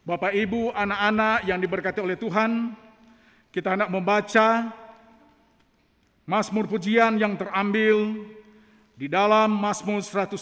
Bapak, Ibu, anak-anak yang diberkati oleh Tuhan, kita hendak membaca Mazmur pujian yang terambil di dalam Mazmur 101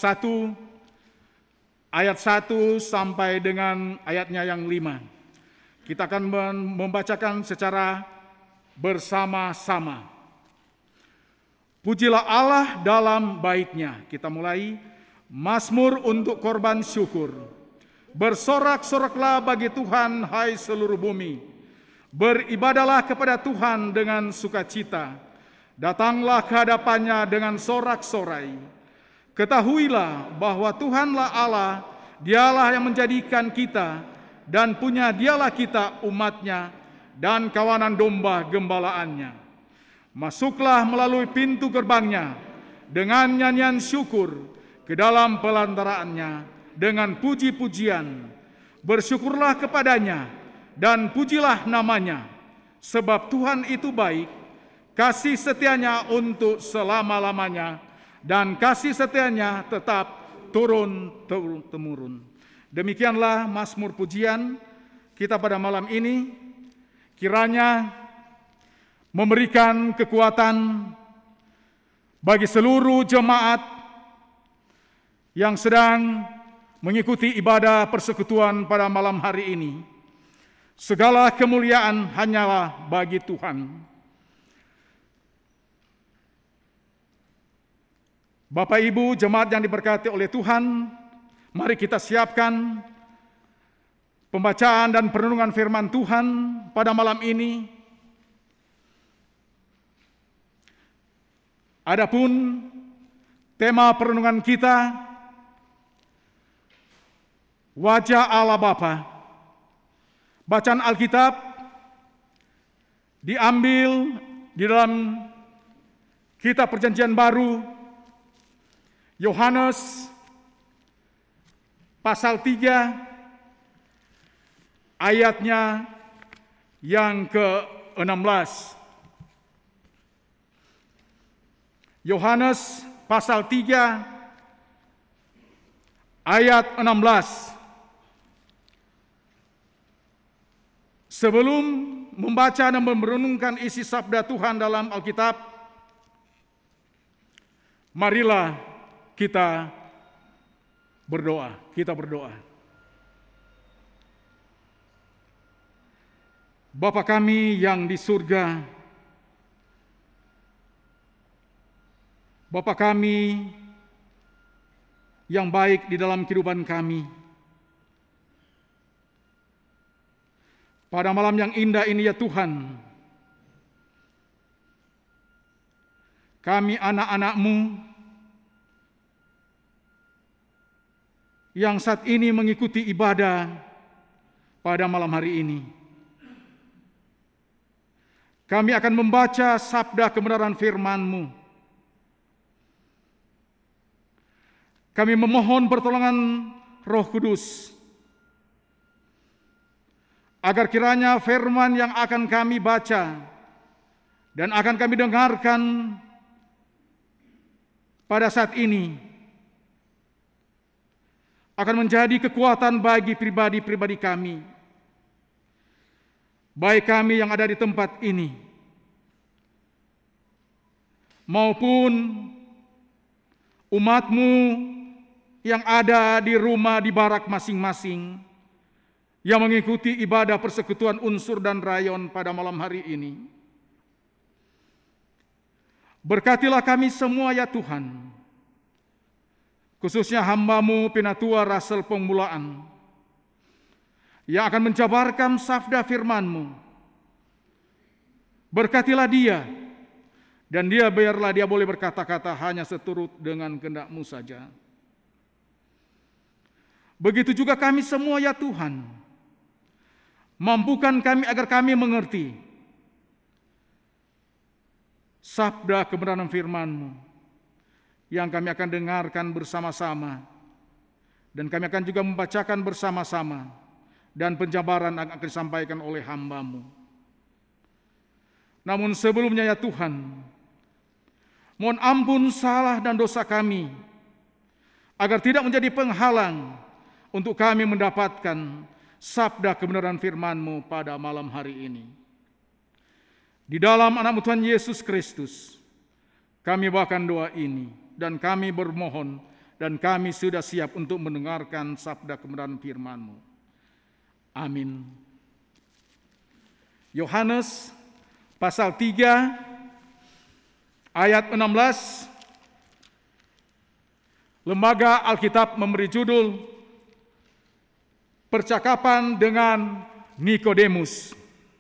ayat 1 sampai dengan ayatnya yang 5. Kita akan membacakan secara bersama-sama. Pujilah Allah dalam baitnya. Kita mulai Mazmur untuk korban syukur. Bersorak-soraklah bagi Tuhan, hai seluruh bumi. Beribadalah kepada Tuhan dengan sukacita. Datanglah ke hadapannya dengan sorak-sorai. Ketahuilah bahwa Tuhanlah Allah, dialah yang menjadikan kita, dan punya dialah kita umatnya, dan kawanan domba gembalaannya. Masuklah melalui pintu gerbangnya, dengan nyanyian syukur, ke dalam pelantaraannya, dengan puji-pujian. Bersyukurlah kepadanya, dan pujilah namanya, sebab Tuhan itu baik, kasih setianya untuk selama-lamanya, dan kasih setianya tetap turun-temurun. Demikianlah Mazmur pujian kita pada malam ini. Kiranya memberikan kekuatan bagi seluruh jemaat yang sedang mengikuti ibadah persekutuan pada malam hari ini. Segala kemuliaan hanyalah bagi Tuhan. Bapak, Ibu, jemaat yang diberkati oleh Tuhan, mari kita siapkan pembacaan dan perenungan firman Tuhan pada malam ini. Adapun tema perenungan kita, wajah Allah Bapa. Bacaan Alkitab diambil di dalam kitab Perjanjian Baru, Yohanes pasal 3 ayatnya yang ke-16. Yohanes pasal 3 ayat 16. Sebelum membaca dan merenungkan isi sabda Tuhan dalam Alkitab, marilah kita berdoa. Kita berdoa. Bapa kami yang di surga, Bapa kami yang baik di dalam kehidupan kami, pada malam yang indah ini ya Tuhan, kami anak-anak-Mu yang saat ini mengikuti ibadah pada malam hari ini. Kami akan membaca sabda kebenaran firman-Mu. Kami memohon pertolongan Roh Kudus, agar kiranya firman yang akan kami baca dan akan kami dengarkan pada saat ini akan menjadi kekuatan bagi pribadi-pribadi kami, baik kami yang ada di tempat ini maupun umat-Mu yang ada di rumah, di barak masing-masing, yang mengikuti ibadah persekutuan unsur dan rayon pada malam hari ini. Berkatilah kami semua ya Tuhan, khususnya hamba-Mu Pinatua Rasel Pemulaan, yang akan menjabarkan sabda firman-Mu. Berkatilah dia, dan dia biarlah dia boleh berkata-kata hanya seturut dengan kehendak-Mu saja. Begitu juga kami semua ya Tuhan, mampukan kami agar kami mengerti sabda kebenaran firman-Mu yang kami akan dengarkan bersama-sama, dan kami akan juga membacakan bersama-sama, dan penjabaran akan disampaikan oleh hamba-Mu. Namun sebelumnya ya Tuhan, mohon ampun salah dan dosa kami, agar tidak menjadi penghalang untuk kami mendapatkan sabda kebenaran firman-Mu pada malam hari ini. Di dalam anak-Mu Tuhan Yesus Kristus, kami bawakan doa ini, dan kami bermohon, dan kami sudah siap untuk mendengarkan sabda kebenaran firman-Mu. Amin. Yohanes pasal 3 ayat 16, Lembaga Alkitab memberi judul Percakapan dengan Nikodemus.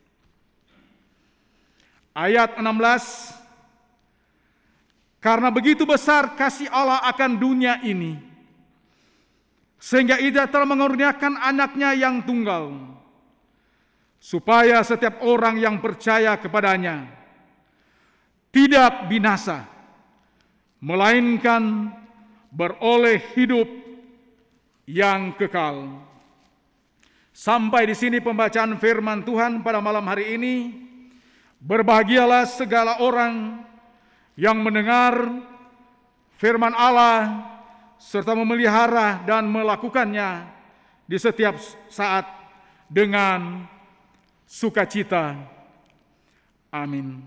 Ayat 16, karena begitu besar kasih Allah akan dunia ini, sehingga Ia telah mengurniakan anaknya yang tunggal, supaya setiap orang yang percaya kepadanya tidak binasa, melainkan beroleh hidup yang kekal. Sampai di sini pembacaan firman Tuhan pada malam hari ini. Berbahagialah segala orang yang mendengar firman Allah serta memelihara dan melakukannya di setiap saat dengan sukacita. Amin.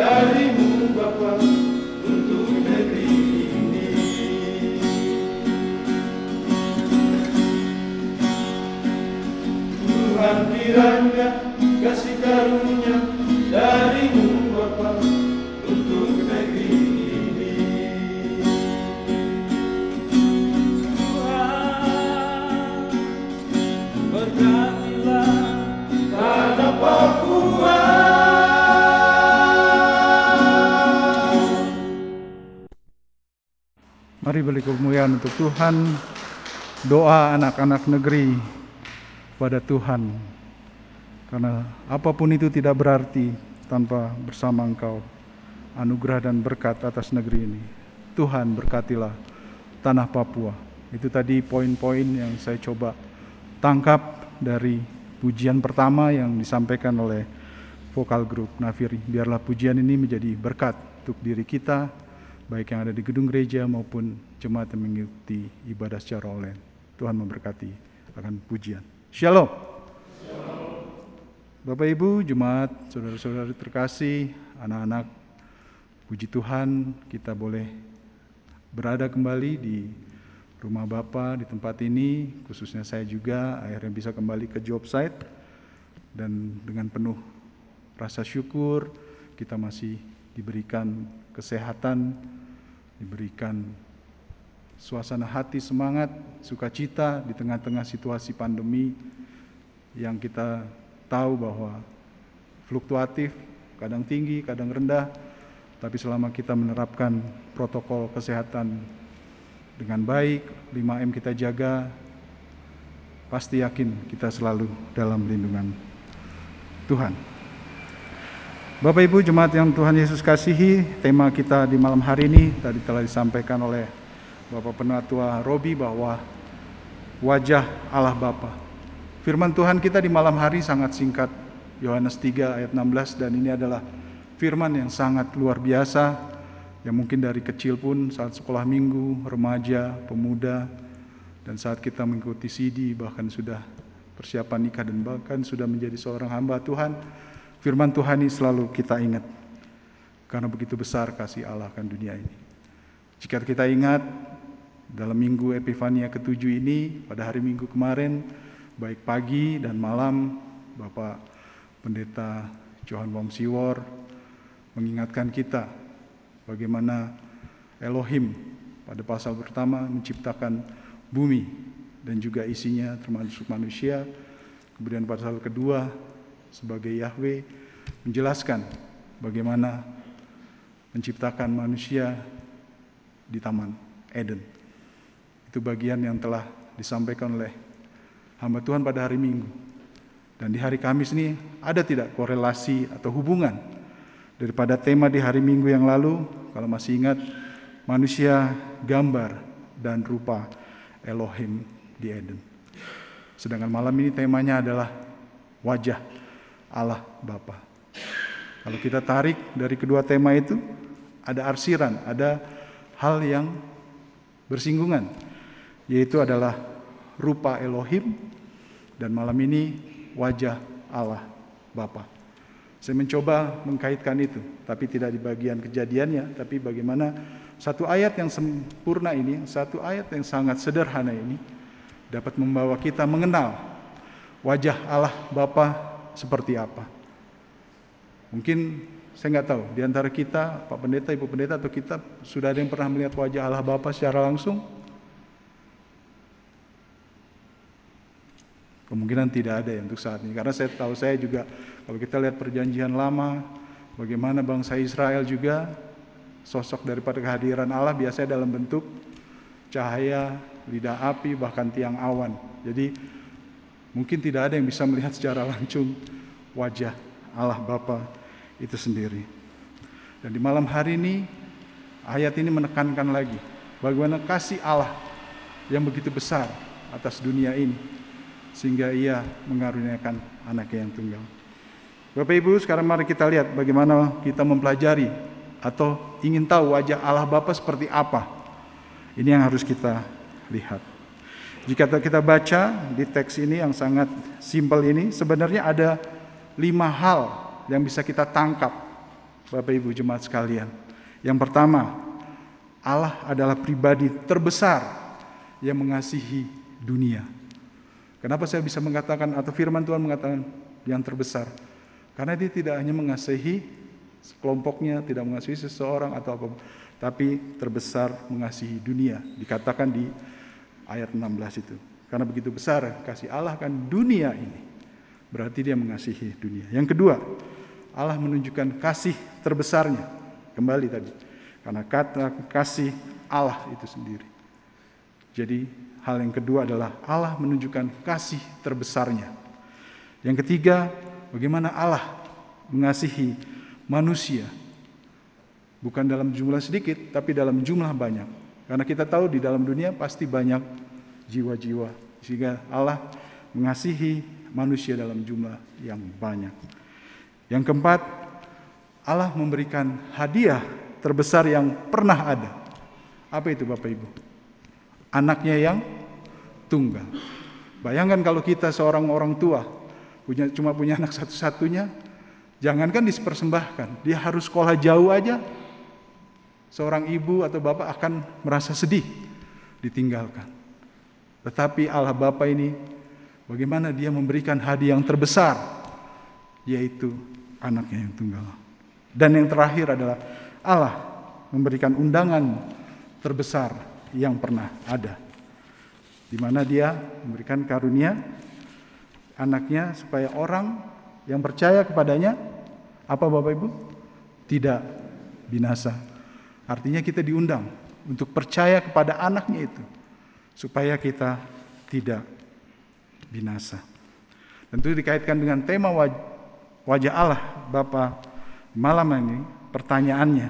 darimu Bapa untuk negeri ini. Tuhan, kiranya kasih karunia darimu Bapa untuk negeri ini. Tuhan, berkatilah tanah Papua. Mari beri kemuliaan untuk Tuhan. Doa anak-anak negeri pada Tuhan, karena apapun itu tidak berarti tanpa bersama Engkau. Anugerah dan berkat atas negeri ini. Tuhan, berkatilah tanah Papua. Itu tadi poin-poin yang saya coba tangkap dari pujian pertama yang disampaikan oleh vokal grup Nafiri. Biarlah pujian ini menjadi berkat untuk diri kita, baik yang ada di gedung gereja maupun jemaat yang mengikuti ibadah secara online. Tuhan memberkati akan pujian. Shalom. Bapak Ibu, jemaat, saudara-saudari terkasih, anak-anak, puji Tuhan kita boleh berada kembali di rumah Bapa di tempat ini, khususnya saya juga akhirnya bisa kembali ke job site, dan dengan penuh rasa syukur kita masih diberikan kesehatan, diberikan suasana hati semangat, sukacita di tengah-tengah situasi pandemi yang kita tahu bahwa fluktuatif, kadang tinggi, kadang rendah, tapi selama kita menerapkan protokol kesehatan dengan baik, 5M kita jaga, pasti yakin kita selalu dalam lindungan Tuhan. Bapak Ibu jemaat yang Tuhan Yesus kasihi, tema kita di malam hari ini tadi telah disampaikan oleh Bapak Penatua Robi bahwa wajah Allah Bapa. Firman Tuhan kita di malam hari sangat singkat, Yohanes 3 ayat 16, dan ini adalah firman yang sangat luar biasa, yang mungkin dari kecil pun saat sekolah minggu, remaja, pemuda, dan saat kita mengikuti CD, bahkan sudah persiapan nikah dan bahkan sudah menjadi seorang hamba Tuhan, firman Tuhan ini selalu kita ingat, karena begitu besar kasih Allah akan dunia ini. Jika kita ingat, dalam minggu Epifania ke-7 ini, pada hari Minggu kemarin, baik pagi dan malam, Bapak Pendeta Johan Wongsiwor mengingatkan kita bagaimana Elohim pada pasal pertama menciptakan bumi dan juga isinya termasuk manusia. Kemudian pasal kedua sebagai Yahweh menjelaskan bagaimana menciptakan manusia di Taman Eden. Itu bagian yang telah disampaikan oleh hamba Tuhan pada hari Minggu. Dan di hari Kamis ini ada tidak korelasi atau hubungan daripada tema di hari Minggu yang lalu, kalau masih ingat, manusia gambar dan rupa Elohim di Eden. Sedangkan malam ini temanya adalah wajah Allah Bapa. Kalau kita tarik dari kedua tema itu, ada arsiran, ada hal yang bersinggungan, yaitu adalah rupa Elohim, dan malam ini wajah Allah Bapa. Saya mencoba mengkaitkan itu, tapi tidak di bagian kejadiannya, tapi bagaimana satu ayat yang sempurna ini, satu ayat yang sangat sederhana ini dapat membawa kita mengenal wajah Allah Bapa seperti apa. Mungkin saya nggak tahu, di antara kita, Pak Pendeta, Ibu Pendeta, atau kita sudah ada yang pernah melihat wajah Allah Bapa secara langsung? Kemungkinan tidak ada ya untuk saat ini, karena saya juga kalau kita lihat perjanjian lama, bagaimana bangsa Israel juga sosok daripada kehadiran Allah biasanya dalam bentuk cahaya, lidah api, bahkan tiang awan. Jadi mungkin tidak ada yang bisa melihat secara langsung wajah Allah Bapa itu sendiri. Dan di malam hari ini ayat ini menekankan lagi bagaimana kasih Allah yang begitu besar atas dunia ini, sehingga ia mengaruniakan anaknya yang tunggal. Bapak Ibu, sekarang mari kita lihat bagaimana kita mempelajari atau ingin tahu wajah Allah Bapa seperti apa. Ini yang harus kita lihat. Jika kita baca di teks ini yang sangat simpel ini, sebenarnya ada 5 hal yang bisa kita tangkap Bapak Ibu jemaat sekalian. Yang pertama, Allah adalah pribadi terbesar yang mengasihi dunia. Kenapa saya bisa mengatakan atau firman Tuhan mengatakan yang terbesar? Karena dia tidak hanya mengasihi kelompoknya, tidak mengasihi seseorang atau apa, tapi terbesar mengasihi dunia. Dikatakan di ayat 16 itu. Karena begitu besar kasih Allah kan dunia ini. Berarti dia mengasihi dunia. Yang kedua, Allah menunjukkan kasih terbesarnya. Kembali tadi. Karena kata kasih Allah itu sendiri. Jadi hal yang kedua adalah Allah menunjukkan kasih terbesarnya. Yang ketiga, bagaimana Allah mengasihi manusia. Bukan dalam jumlah sedikit, tapi dalam jumlah banyak. Karena kita tahu di dalam dunia pasti banyak jiwa-jiwa. Sehingga Allah mengasihi manusia dalam jumlah yang banyak. Yang keempat, Allah memberikan hadiah terbesar yang pernah ada. Apa itu Bapak Ibu? Anaknya yang tunggal. Bayangkan kalau kita seorang orang tua cuma punya anak satu-satunya, jangankan dipersembahkan, dia harus sekolah jauh aja, seorang ibu atau bapak akan merasa sedih ditinggalkan. Tetapi Allah Bapa ini, bagaimana dia memberikan hadiah yang terbesar, yaitu anaknya yang tunggal. Dan yang terakhir adalah Allah memberikan undangan terbesar yang pernah ada, di mana dia memberikan karunia anaknya supaya orang yang percaya kepadanya, apa Bapak Ibu? Tidak binasa. Artinya kita diundang untuk percaya kepada anaknya itu, supaya kita tidak binasa. Tentu dikaitkan dengan tema wajah Allah Bapa malam ini, pertanyaannya,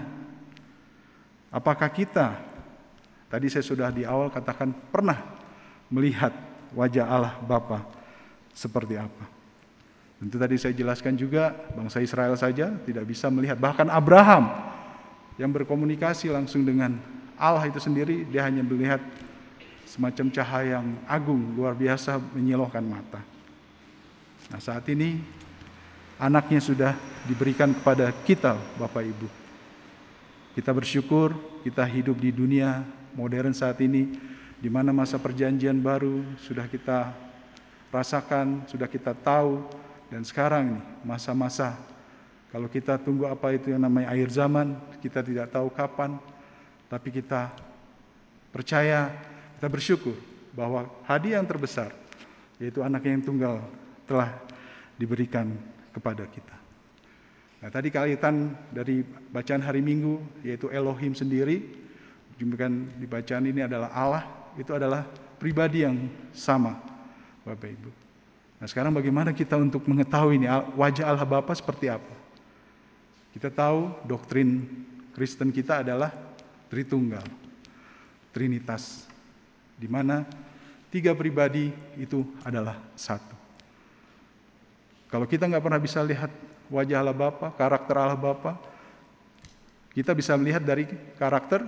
apakah kita, tadi saya sudah di awal katakan, pernah melihat wajah Allah Bapa seperti apa? Tentu tadi saya jelaskan juga, bangsa Israel saja tidak bisa melihat, bahkan Abraham yang berkomunikasi langsung dengan Allah itu sendiri, dia hanya melihat semacam cahaya yang agung, luar biasa, menyilaukan mata. Nah, saat ini anaknya sudah diberikan kepada kita, Bapak Ibu. Kita bersyukur kita hidup di dunia modern saat ini, di mana masa perjanjian baru sudah kita rasakan, sudah kita tahu, dan sekarang nih masa-masa kalau kita tunggu apa itu yang namanya akhir zaman, kita tidak tahu kapan, tapi kita percaya, kita bersyukur bahwa hadiah yang terbesar, yaitu anaknya yang tunggal, telah diberikan kepada kita. Nah, tadi kaitan dari bacaan hari Minggu, yaitu Elohim sendiri, bukan di bacaan ini adalah Allah, itu adalah pribadi yang sama, Bapak Ibu. Nah, sekarang bagaimana kita untuk mengetahui ini wajah Allah Bapa seperti apa? Kita tahu doktrin Kristen kita adalah Tritunggal, Trinitas, di mana tiga pribadi itu adalah satu. Kalau kita nggak pernah bisa lihat wajah Allah Bapa, karakter Allah Bapa, kita bisa melihat dari karakter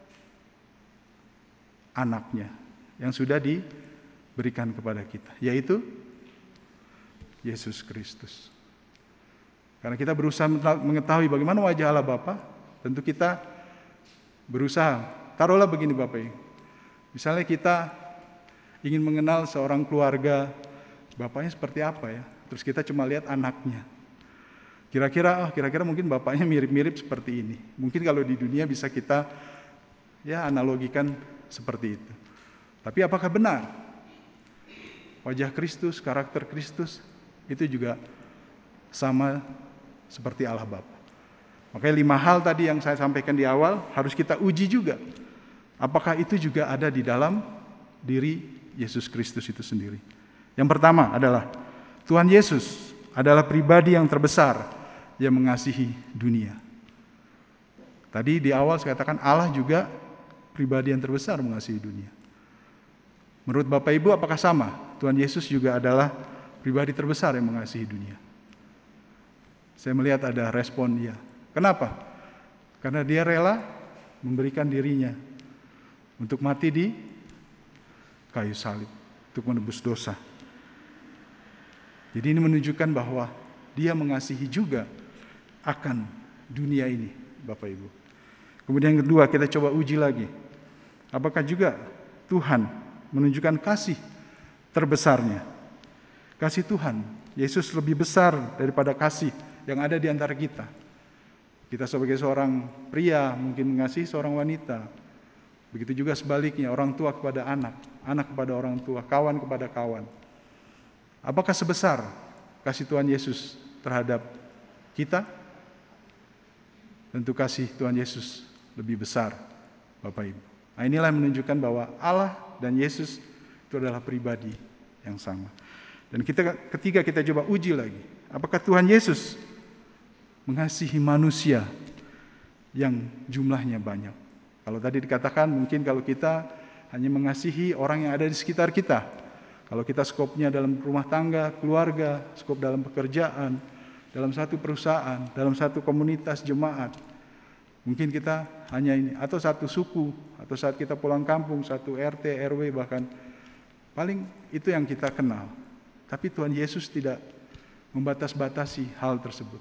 anaknya yang sudah diberikan kepada kita, yaitu Yesus Kristus. Karena kita berusaha mengetahui bagaimana wajah Allah Bapa, tentu kita berusaha, taruhlah begini Bapak Ibu, misalnya kita ingin mengenal seorang keluarga, bapaknya seperti apa ya, terus kita cuma lihat anaknya. Kira-kira mungkin bapaknya mirip-mirip seperti ini. Mungkin kalau di dunia bisa kita analogikan seperti itu. Tapi apakah benar? Wajah Kristus, karakter Kristus itu juga sama seperti Allah Bapa. Makanya 5 hal tadi yang saya sampaikan di awal harus kita uji juga. Apakah itu juga ada di dalam diri Yesus Kristus itu sendiri? Yang pertama adalah Tuhan Yesus adalah pribadi yang terbesar yang mengasihi dunia. Tadi di awal saya katakan Allah juga pribadi yang terbesar mengasihi dunia. Menurut Bapak Ibu apakah sama? Tuhan Yesus juga adalah pribadi terbesar yang mengasihi dunia. Saya melihat ada respon dia. Kenapa? Karena dia rela memberikan dirinya untuk mati di kayu salib, untuk menebus dosa. Jadi ini menunjukkan bahwa dia mengasihi juga akan dunia ini, Bapak Ibu. Kemudian yang kedua, kita coba uji lagi. Apakah juga Tuhan menunjukkan kasih terbesarnya? Kasih Tuhan, Yesus lebih besar daripada kasih yang ada di antara kita. Kita sebagai seorang pria mungkin mengasihi seorang wanita. Begitu juga sebaliknya, orang tua kepada anak, anak kepada orang tua, kawan kepada kawan. Apakah sebesar kasih Tuhan Yesus terhadap kita? Tentu kasih Tuhan Yesus lebih besar, Bapak Ibu. Nah, inilah yang menunjukkan bahwa Allah dan Yesus itu adalah pribadi yang sama. Dan ketika kita coba uji lagi, apakah Tuhan Yesus mengasihi manusia yang jumlahnya banyak? Kalau tadi dikatakan mungkin kalau kita hanya mengasihi orang yang ada di sekitar kita. Kalau kita skopnya dalam rumah tangga, keluarga, skop dalam pekerjaan, dalam satu perusahaan, dalam satu komunitas jemaat, mungkin kita hanya ini, atau satu suku, atau saat kita pulang kampung, satu RT, RW bahkan, paling itu yang kita kenal. Tapi Tuhan Yesus tidak membatas-batasi hal tersebut.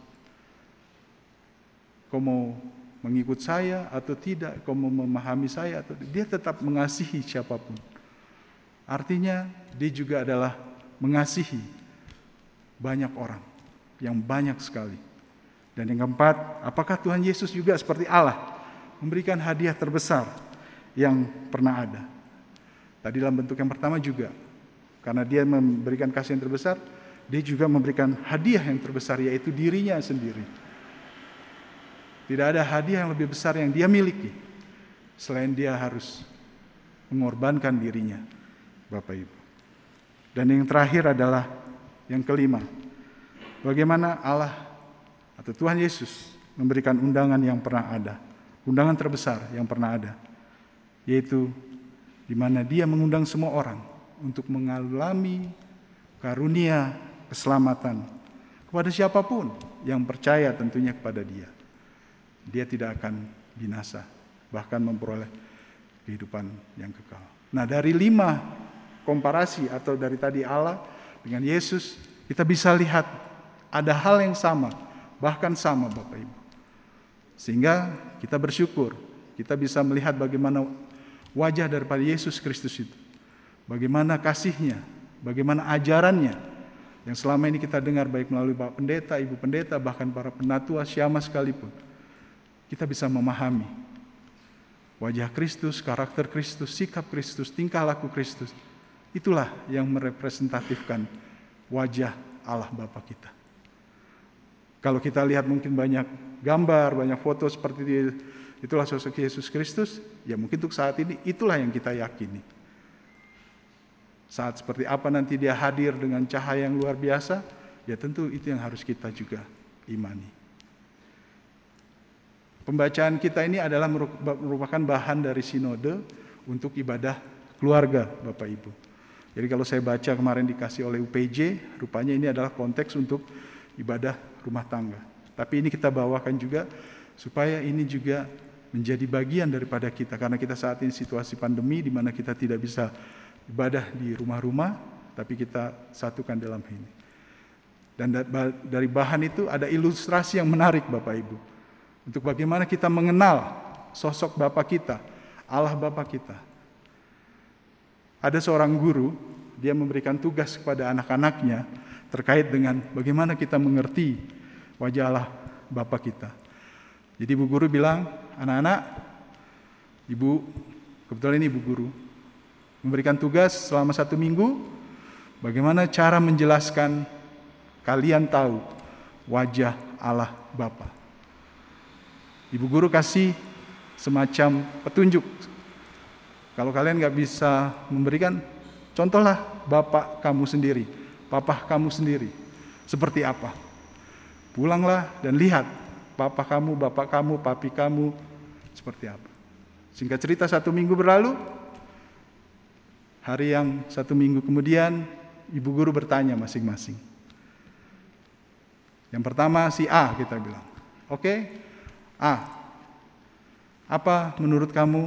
Kau mau mengikut saya atau tidak, kau mau memahami saya atau tidak, dia tetap mengasihi siapapun. Artinya dia juga adalah mengasihi banyak orang, yang banyak sekali. Dan yang keempat, apakah Tuhan Yesus juga seperti Allah memberikan hadiah terbesar yang pernah ada? Tadi dalam bentuk yang pertama juga, karena dia memberikan kasih yang terbesar, dia juga memberikan hadiah yang terbesar, yaitu dirinya sendiri. Tidak ada hadiah yang lebih besar yang dia miliki, selain dia harus mengorbankan dirinya, Bapak Ibu. Dan yang terakhir adalah yang kelima, bagaimana Allah atau Tuhan Yesus memberikan undangan yang pernah ada, undangan terbesar yang pernah ada, yaitu di mana dia mengundang semua orang untuk mengalami karunia keselamatan kepada siapapun yang percaya tentunya kepada dia. Dia tidak akan binasa, bahkan memperoleh kehidupan yang kekal. Nah, dari 5 komparasi atau dari tadi Allah dengan Yesus, kita bisa lihat ada hal yang sama, bahkan sama Bapak Ibu. Sehingga kita bersyukur, kita bisa melihat bagaimana wajah daripada Yesus Kristus itu. Bagaimana kasihnya, bagaimana ajarannya yang selama ini kita dengar baik melalui Bapak Pendeta, Ibu Pendeta, bahkan para penatua syama sekalipun. Kita bisa memahami wajah Kristus, karakter Kristus, sikap Kristus, tingkah laku Kristus. Itulah yang merepresentatifkan wajah Allah Bapa kita. Kalau kita lihat mungkin banyak gambar, banyak foto seperti itulah sosok Yesus Kristus, ya mungkin untuk saat ini itulah yang kita yakini. Saat seperti apa nanti dia hadir dengan cahaya yang luar biasa, ya tentu itu yang harus kita juga imani. Pembacaan kita ini adalah merupakan bahan dari sinode untuk ibadah keluarga, Bapak Ibu. Jadi kalau saya baca kemarin dikasih oleh UPJ, rupanya ini adalah konteks untuk ibadah rumah tangga. Tapi ini kita bawakan juga supaya ini juga menjadi bagian daripada kita. Karena kita saat ini situasi pandemi di mana kita tidak bisa ibadah di rumah-rumah, tapi kita satukan dalam ini. Dan dari bahan itu ada ilustrasi yang menarik Bapak Ibu. Untuk bagaimana kita mengenal sosok Bapa kita, Allah Bapa kita. Ada seorang guru, dia memberikan tugas kepada anak-anaknya terkait dengan bagaimana kita mengerti wajah Allah Bapa kita. Jadi ibu guru bilang, anak-anak, ibu, kebetulan ini ibu guru, memberikan tugas selama 1 minggu, bagaimana cara menjelaskan kalian tahu wajah Allah Bapa. Ibu guru kasih semacam petunjuk. Kalau kalian gak bisa memberikan, contohlah bapak kamu sendiri, papa kamu sendiri. Seperti apa? Pulanglah dan lihat papa kamu, bapak kamu, papi kamu seperti apa. Singkat cerita 1 minggu berlalu, hari yang 1 minggu kemudian, ibu guru bertanya masing-masing. Yang pertama si A kita bilang, oke, A, apa menurut kamu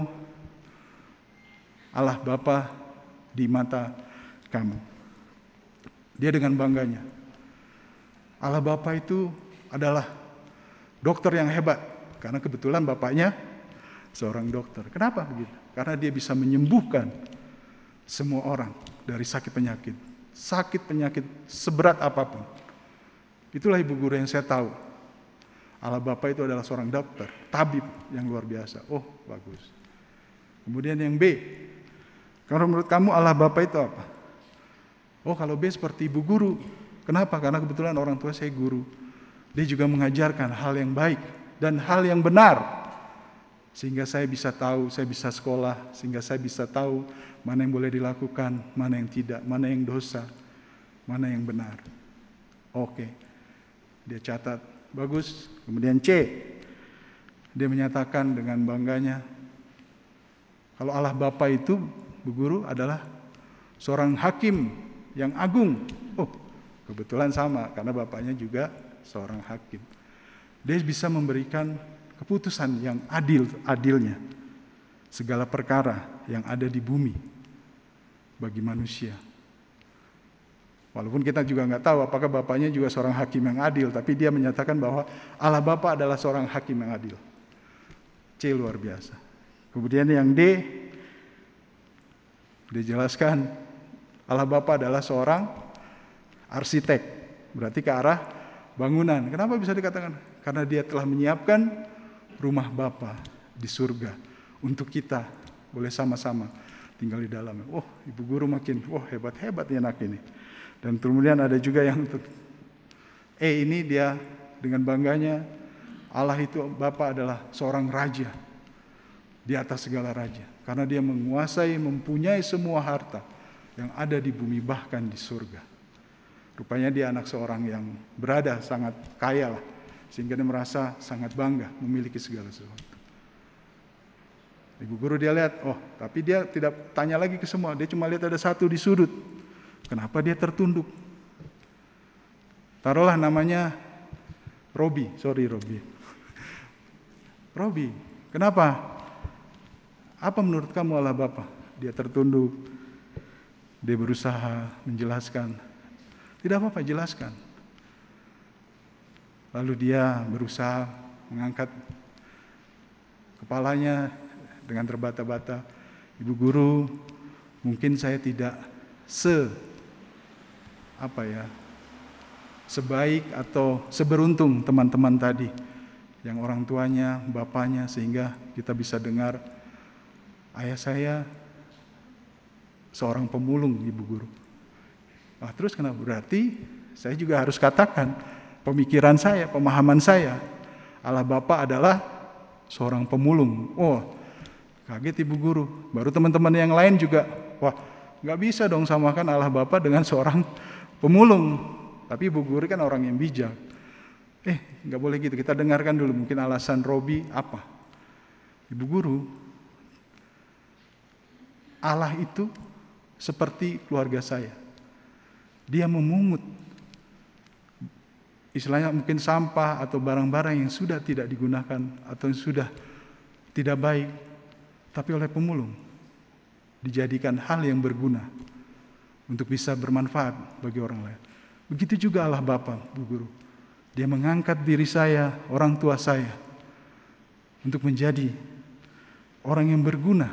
Allah Bapa di mata kamu? Dia dengan bangganya, Allah Bapa itu adalah dokter yang hebat, karena kebetulan bapaknya seorang dokter. Kenapa begitu? Karena dia bisa menyembuhkan semua orang dari sakit penyakit seberat apapun. Itulah ibu guru yang saya tahu. Allah Bapa itu adalah seorang dokter, tabib yang luar biasa. Oh, bagus. Kemudian yang B, kalau menurut kamu Allah Bapa itu apa? Oh, kalau B seperti ibu guru. Kenapa? Karena kebetulan orang tua saya guru. Dia juga mengajarkan hal yang baik dan hal yang benar. Sehingga saya bisa tahu, saya bisa sekolah, sehingga saya bisa tahu mana yang boleh dilakukan, mana yang tidak, mana yang dosa, mana yang benar. Oke, dia catat, bagus. Kemudian C, dia menyatakan dengan bangganya, kalau Allah Bapa itu, Bu Guru, adalah seorang hakim yang agung. Oh, kebetulan sama, karena bapaknya juga seorang hakim. Dia bisa memberikan keputusan yang adilnya segala perkara yang ada di bumi bagi manusia. Walaupun kita juga nggak tahu apakah bapaknya juga seorang hakim yang adil, tapi dia menyatakan bahwa Allah Bapa adalah seorang hakim yang adil. C, luar biasa. Kemudian yang D, dijelaskan Allah Bapa adalah seorang arsitek, berarti ke arah bangunan. Kenapa bisa dikatakan? Karena dia telah menyiapkan rumah Bapa di surga untuk kita boleh sama-sama tinggal di dalamnya. Oh, ibu guru makin, hebat-hebat nih anak ini. Dan kemudian ada juga yang untuk ini dia dengan bangganya, Allah itu Bapa adalah seorang raja di atas segala raja. Karena dia menguasai, mempunyai semua harta yang ada di bumi bahkan di surga. Rupanya dia anak seorang yang berada sangat kaya lah. Sehingga dia merasa sangat bangga memiliki segala sesuatu. Ibu guru dia lihat, tapi dia tidak tanya lagi ke semua. Dia cuma lihat ada satu di sudut. Kenapa dia tertunduk? Taruhlah namanya Robi. Robi, kenapa? Apa menurut kamu Allah Bapa? Dia tertunduk. Dia berusaha menjelaskan. Tidak apa-apa, jelaskan. Lalu dia berusaha mengangkat kepalanya dengan terbata-bata. Ibu guru, mungkin saya tidak sebaik atau seberuntung teman-teman tadi yang orang tuanya, bapaknya, sehingga kita bisa dengar ayah saya seorang pemulung, ibu guru. Terus kenapa? Berarti saya juga harus katakan pemikiran saya, pemahaman saya, Allah Bapa adalah seorang pemulung. Kaget ibu guru. Baru teman-teman yang lain juga, nggak bisa dong samakan Allah Bapa dengan seorang pemulung. Tapi ibu guru kan orang yang bijak. Nggak boleh gitu. Kita dengarkan dulu mungkin alasan Robi apa. Ibu guru, Allah itu seperti keluarga saya. Dia memungut, istilahnya mungkin sampah atau barang-barang yang sudah tidak digunakan atau yang sudah tidak baik, tapi oleh pemulung dijadikan hal yang berguna untuk bisa bermanfaat bagi orang lain. Begitu juga Allah Bapa, Bu Guru. Dia mengangkat diri saya, orang tua saya, untuk menjadi orang yang berguna.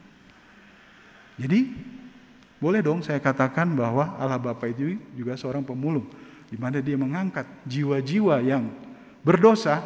Jadi, boleh dong saya katakan bahwa Allah Bapa itu juga seorang pemulung, di mana dia mengangkat jiwa-jiwa yang berdosa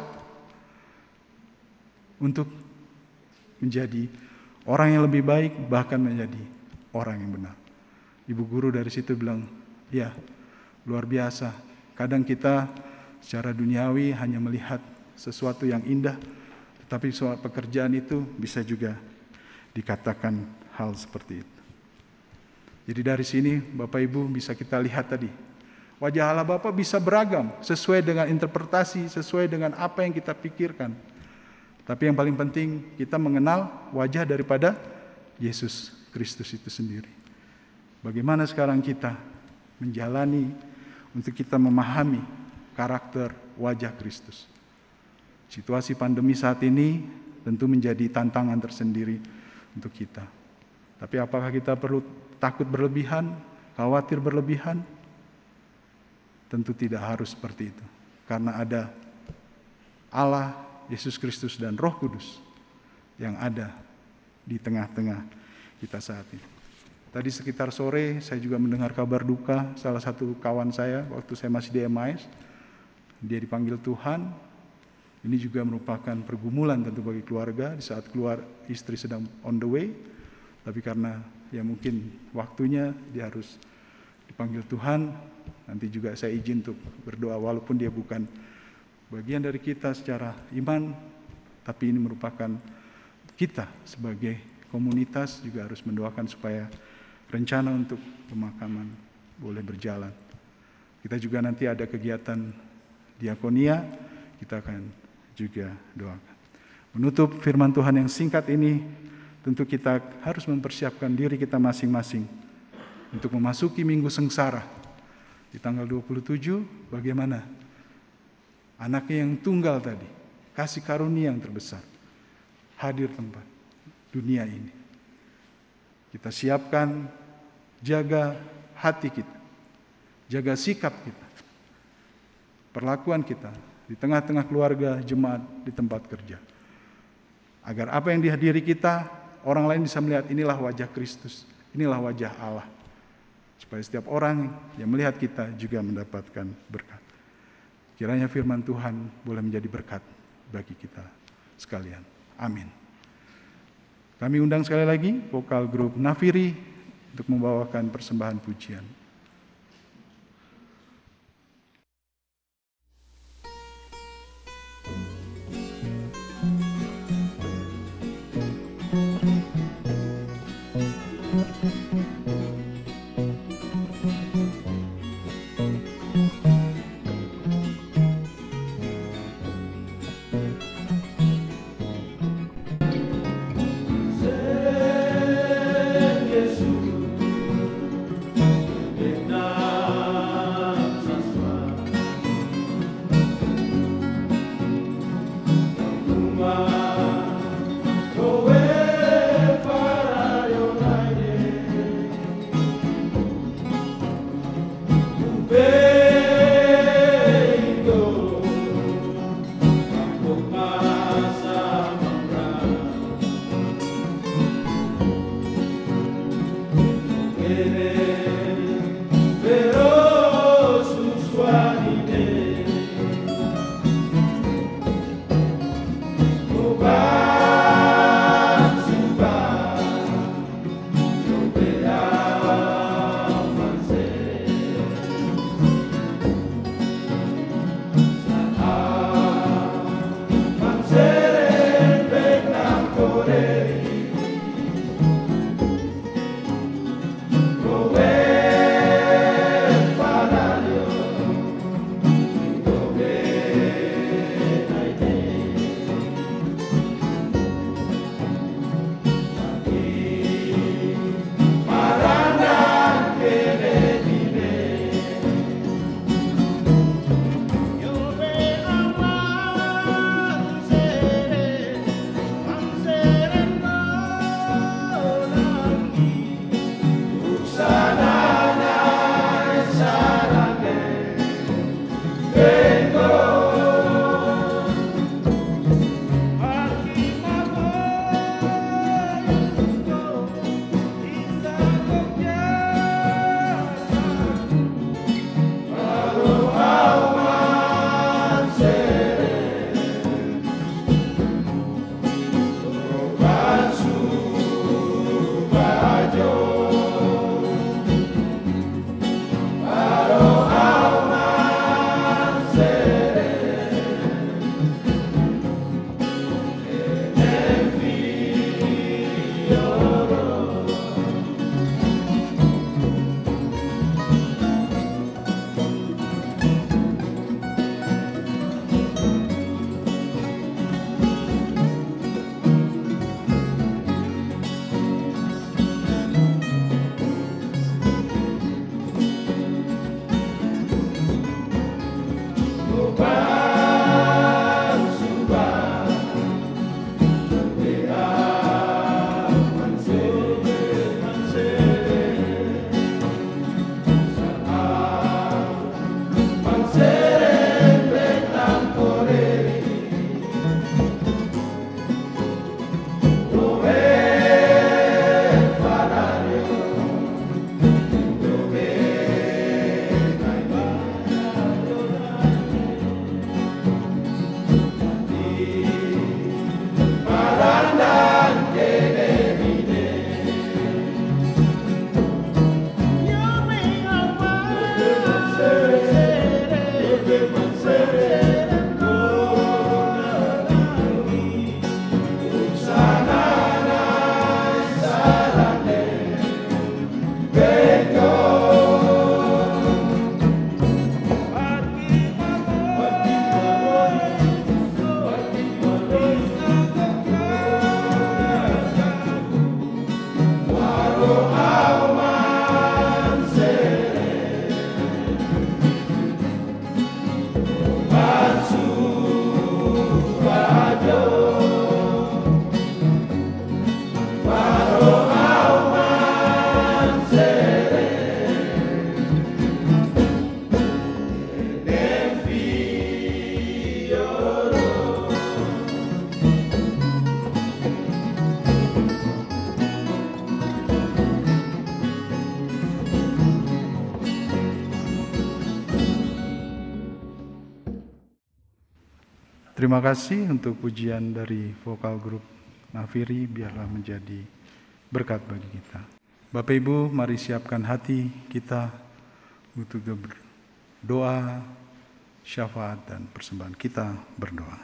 untuk menjadi orang yang lebih baik, bahkan menjadi orang yang benar. Ibu guru dari situ bilang, ya luar biasa. Kadang kita secara duniawi hanya melihat sesuatu yang indah, tetapi soal pekerjaan itu bisa juga dikatakan hal seperti itu. Jadi dari sini Bapak Ibu bisa kita lihat tadi, wajah Allah Bapa bisa beragam sesuai dengan interpretasi, sesuai dengan apa yang kita pikirkan. Tapi yang paling penting kita mengenal wajah daripada Yesus Kristus itu sendiri. Bagaimana sekarang kita menjalani untuk kita memahami karakter wajah Kristus. Situasi pandemi saat ini tentu menjadi tantangan tersendiri untuk kita. Tapi apakah kita perlu takut berlebihan, khawatir berlebihan? Tentu tidak harus seperti itu. Karena ada Allah, Yesus Kristus, dan Roh Kudus yang ada di tengah-tengah kita saat ini. Tadi sekitar sore saya juga mendengar kabar duka salah satu kawan saya waktu saya masih di MIS. Dia dipanggil Tuhan. Ini juga merupakan pergumulan tentu bagi keluarga di saat keluar istri sedang on the way. Tapi karena ya mungkin waktunya dia harus dipanggil Tuhan. Nanti juga saya izin untuk berdoa walaupun dia bukan bagian dari kita secara iman. Tapi ini merupakan kita sebagai komunitas juga harus mendoakan supaya rencana untuk pemakaman boleh berjalan. Kita juga nanti ada kegiatan diakonia, kita akan juga doakan. Menutup firman Tuhan yang singkat ini, tentu kita harus mempersiapkan diri kita masing-masing untuk memasuki minggu sengsara. Di tanggal 27, bagaimana anaknya yang tunggal tadi, kasih karunia yang terbesar, hadir tempat dunia ini. Kita siapkan, jaga hati kita, jaga sikap kita, perlakuan kita di tengah-tengah keluarga, jemaat, di tempat kerja. Agar apa yang dihadiri kita, orang lain bisa melihat inilah wajah Kristus, inilah wajah Allah. Supaya setiap orang yang melihat kita juga mendapatkan berkat. Kiranya firman Tuhan boleh menjadi berkat bagi kita sekalian. Amin. Kami undang sekali lagi vokal grup Nafiri untuk membawakan persembahan pujian. Yesus Terima kasih untuk pujian dari vokal grup Nafiri, biarlah menjadi berkat bagi kita. Bapak Ibu, mari siapkan hati kita untuk berdoa, syafaat dan persembahan. Kita berdoa.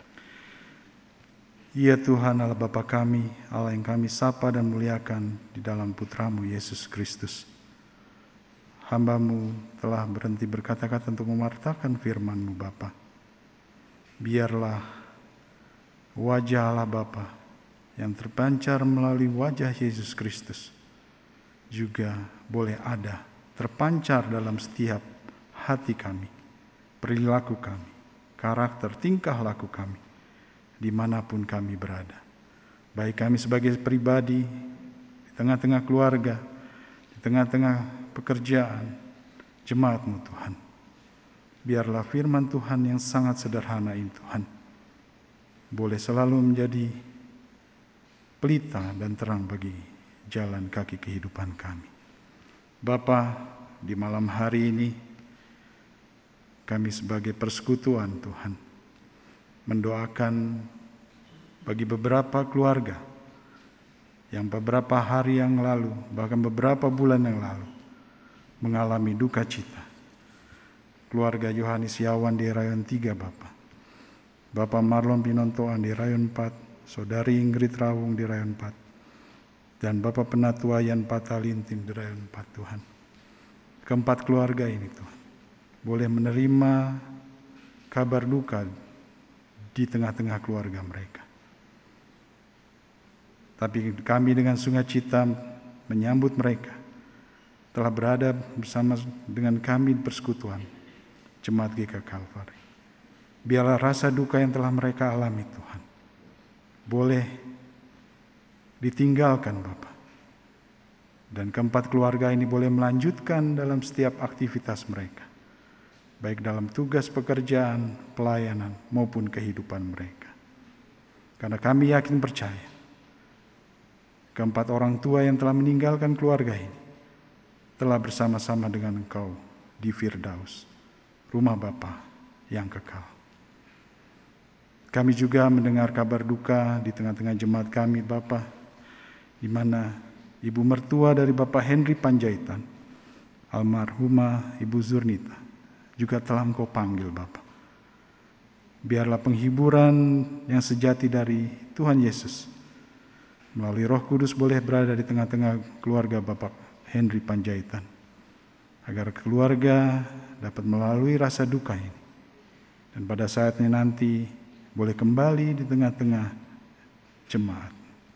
Ya Tuhan Allah Bapa kami, Allah yang kami sapa dan muliakan di dalam Putra-Mu Yesus Kristus. Hamba-Mu telah berhenti berkata-kata untuk mewartakan firman-Mu Bapa. Biarlah wajah Allah Bapa yang terpancar melalui wajah Yesus Kristus juga boleh ada, terpancar dalam setiap hati kami, perilaku kami, karakter, tingkah laku kami, dimanapun kami berada. Baik kami sebagai pribadi, di tengah-tengah keluarga, di tengah-tengah pekerjaan, jemaat-Mu Tuhan. Biarlah firman Tuhan yang sangat sederhana ini Tuhan, boleh selalu menjadi pelita dan terang bagi jalan kaki kehidupan kami. Bapa, di malam hari ini, kami sebagai persekutuan Tuhan, mendoakan bagi beberapa keluarga yang beberapa hari yang lalu, bahkan beberapa bulan yang lalu, mengalami duka cita. Keluarga Yohanes Yawan di Rayon 3 Bapak Marlon Pinontoan di Rayon 4, Saudari Ingrid Rawung di Rayon 4, dan Bapak Penatuayan Patalintin di Rayon 4 Tuhan. Keempat keluarga ini Tuhan, boleh menerima kabar duka di tengah-tengah keluarga mereka. Tapi kami dengan sukacita menyambut mereka, telah berada bersama dengan kami di persekutuan Jemaat GK Kalvari. Biarlah rasa duka yang telah mereka alami Tuhan, boleh ditinggalkan Bapa. Dan keempat keluarga ini boleh melanjutkan dalam setiap aktivitas mereka, baik dalam tugas pekerjaan, pelayanan, maupun kehidupan mereka. Karena kami yakin percaya, keempat orang tua yang telah meninggalkan keluarga ini telah bersama-sama dengan Engkau di Firdaus, rumah Bapa yang kekal. Kami juga mendengar kabar duka di tengah-tengah jemaat kami Bapa, di mana ibu mertua dari Bapak Henry Panjaitan, almarhumah Ibu Zurnita, juga telah Engkau panggil Bapa. Biarlah penghiburan yang sejati dari Tuhan Yesus melalui Roh Kudus boleh berada di tengah-tengah keluarga Bapak Henry Panjaitan, agar keluarga dapat melalui rasa duka ini, dan pada saatnya nanti boleh kembali di tengah-tengah jemaat.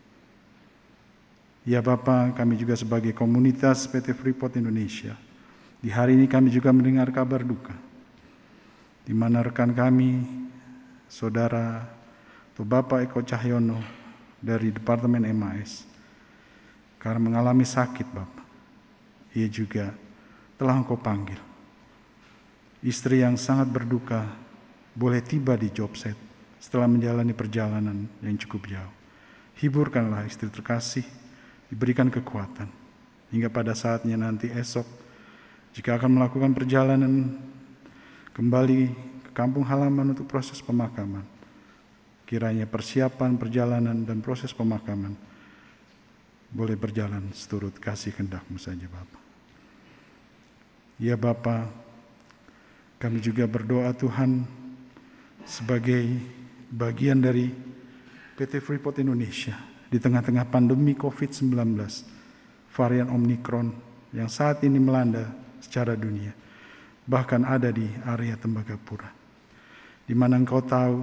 Ya Bapa, kami juga sebagai komunitas PT Freeport Indonesia, di hari ini kami juga mendengar kabar duka, di mana rekan kami, Saudara atau Bapak Eko Cahyono dari Departemen MAS, karena mengalami sakit Bapa, ia juga telah Engkau panggil. Istri yang sangat berduka boleh tiba di job set setelah menjalani perjalanan yang cukup jauh. Hiburkanlah istri terkasih, diberikan kekuatan, hingga pada saatnya nanti esok, jika akan melakukan perjalanan kembali ke kampung halaman untuk proses pemakaman, kiranya persiapan perjalanan dan proses pemakaman boleh berjalan seturut kasih kehendak-Mu saja Bapa. Ya Bapa, kami juga berdoa Tuhan sebagai bagian dari PT Freeport Indonesia di tengah-tengah pandemi COVID-19, varian Omikron yang saat ini melanda secara dunia, bahkan ada di area Tembagapura, di mana Engkau tahu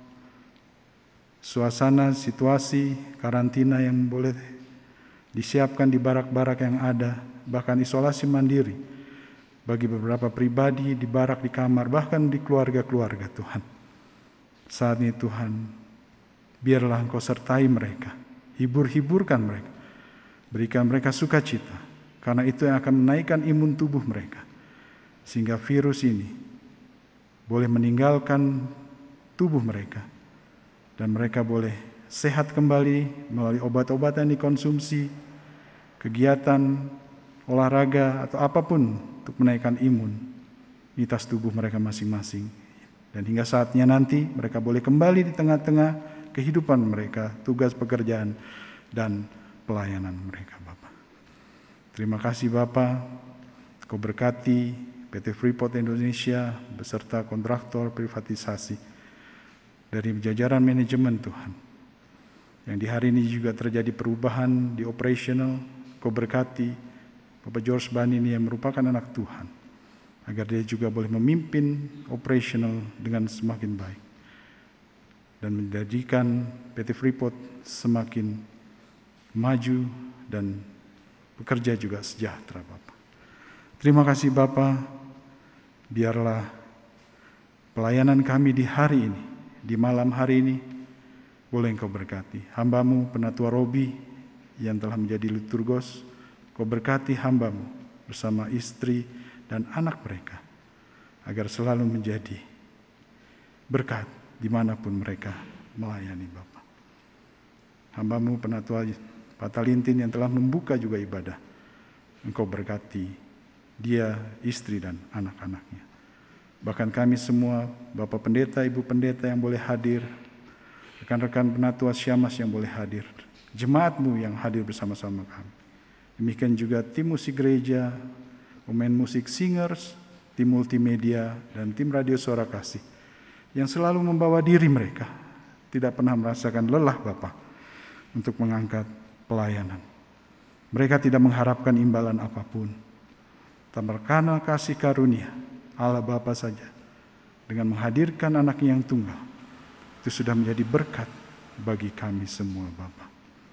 suasana, situasi, karantina yang boleh disiapkan di barak-barak yang ada, bahkan isolasi mandiri bagi beberapa pribadi di barak, di kamar, bahkan di keluarga-keluarga Tuhan. Saat ini Tuhan, biarlah Engkau sertai mereka, hiburkan mereka, berikan mereka sukacita, karena itu yang akan menaikkan imun tubuh mereka, sehingga virus ini boleh meninggalkan tubuh mereka, dan mereka boleh sehat kembali melalui obat-obatan yang dikonsumsi, kegiatan, olahraga, atau apapun untuk menaikkan imunitas tubuh mereka masing-masing, Dan hingga saatnya nanti mereka boleh kembali di tengah-tengah kehidupan mereka, tugas pekerjaan dan pelayanan mereka Bapa. Terima kasih Bapa, Kau berkati PT Freeport Indonesia beserta kontraktor privatisasi dari jajaran manajemen Tuhan. Yang di hari ini juga terjadi perubahan di operational, Kau berkati Bapak George Bani ini yang merupakan anak Tuhan, agar dia juga boleh memimpin operational dengan semakin baik dan menjadikan PT Freeport semakin maju dan bekerja juga sejahtera Bapak. Terima kasih Bapak, biarlah pelayanan kami di hari ini, di malam hari ini, boleh Engkau berkati. Hamba-Mu Penatua Robi yang telah menjadi liturgos, Kau berkati hamba-Mu bersama istri dan anak mereka, agar selalu menjadi berkat dimanapun mereka melayani Bapa. Hamba-Mu Penatua Patalintin yang telah membuka juga ibadah, Engkau berkati dia, istri dan anak-anaknya. Bahkan kami semua, Bapak Pendeta, Ibu Pendeta yang boleh hadir, rekan-rekan Penatua Syamas yang boleh hadir, jemaat-Mu yang hadir bersama-sama kami. Demikian juga tim musik gereja, pemain musik singers, tim multimedia, dan tim radio suara kasih yang selalu membawa diri mereka, tidak pernah merasakan lelah Bapa untuk mengangkat pelayanan. Mereka tidak mengharapkan imbalan apapun, tapi karena kasih karunia Allah Bapa saja, dengan menghadirkan anaknya yang tunggal, itu sudah menjadi berkat bagi kami semua Bapa.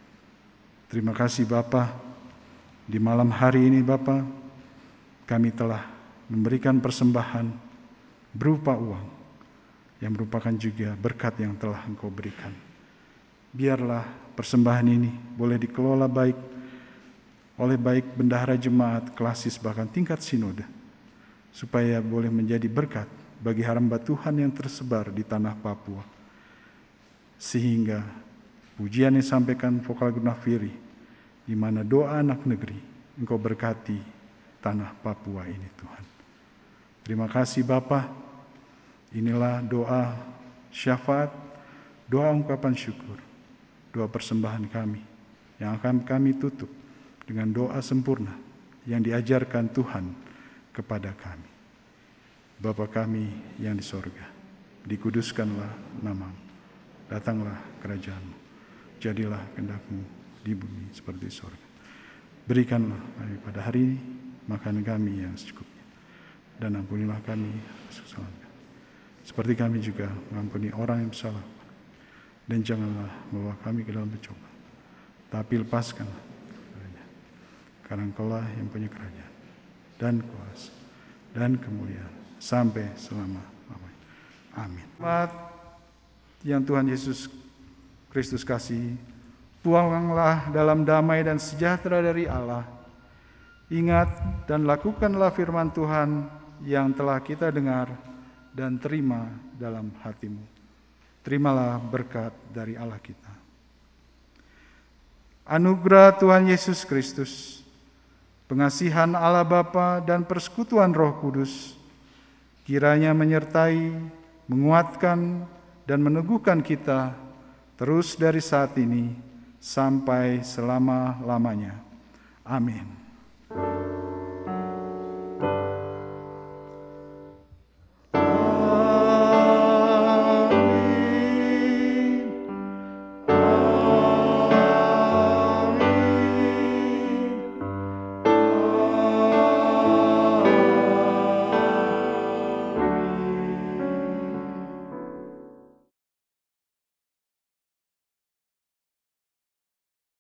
Terima kasih Bapa. Di malam hari ini Bapa, kami telah memberikan persembahan berupa uang yang merupakan juga berkat yang telah Engkau berikan. Biarlah persembahan ini boleh dikelola baik oleh baik bendahara jemaat, klasis, bahkan tingkat sinode, supaya boleh menjadi berkat bagi hamba Tuhan yang tersebar di tanah Papua. Sehingga pujian yang disampaikan vokal Gunafiri, di mana doa anak negeri, Engkau berkati tanah Papua ini Tuhan. Terima kasih Bapa. Inilah doa syafaat, doa ungkapan syukur, doa persembahan kami yang akan kami tutup dengan doa sempurna yang diajarkan Tuhan kepada kami. Bapa kami yang di sorga, dikuduskanlah nama-Mu, datanglah kerajaan-Mu, jadilah kehendak-Mu di bumi seperti di sorga. Berikanlah kami pada hari ini makanan kami yang secukupnya, dan ampunilah kami kesalahan kami, seperti kami juga mengampuni orang yang bersalah. Dan janganlah membawa kami ke dalam pencobaan, tapi lepaskanlah karena Engkaulah yang punya kerajaan dan kuasa dan kemuliaan sampai selama-lamanya. Amin. Selamat yang Tuhan Yesus Kristus kasih, puanglah dalam damai dan sejahtera dari Allah. Ingat dan lakukanlah firman Tuhan yang telah kita dengar dan terima dalam hatimu. Terimalah berkat dari Allah kita. Anugerah Tuhan Yesus Kristus, pengasihan Allah Bapa dan persekutuan Roh Kudus, kiranya menyertai, menguatkan, dan meneguhkan kita terus dari saat ini sampai selama-lamanya. Amin.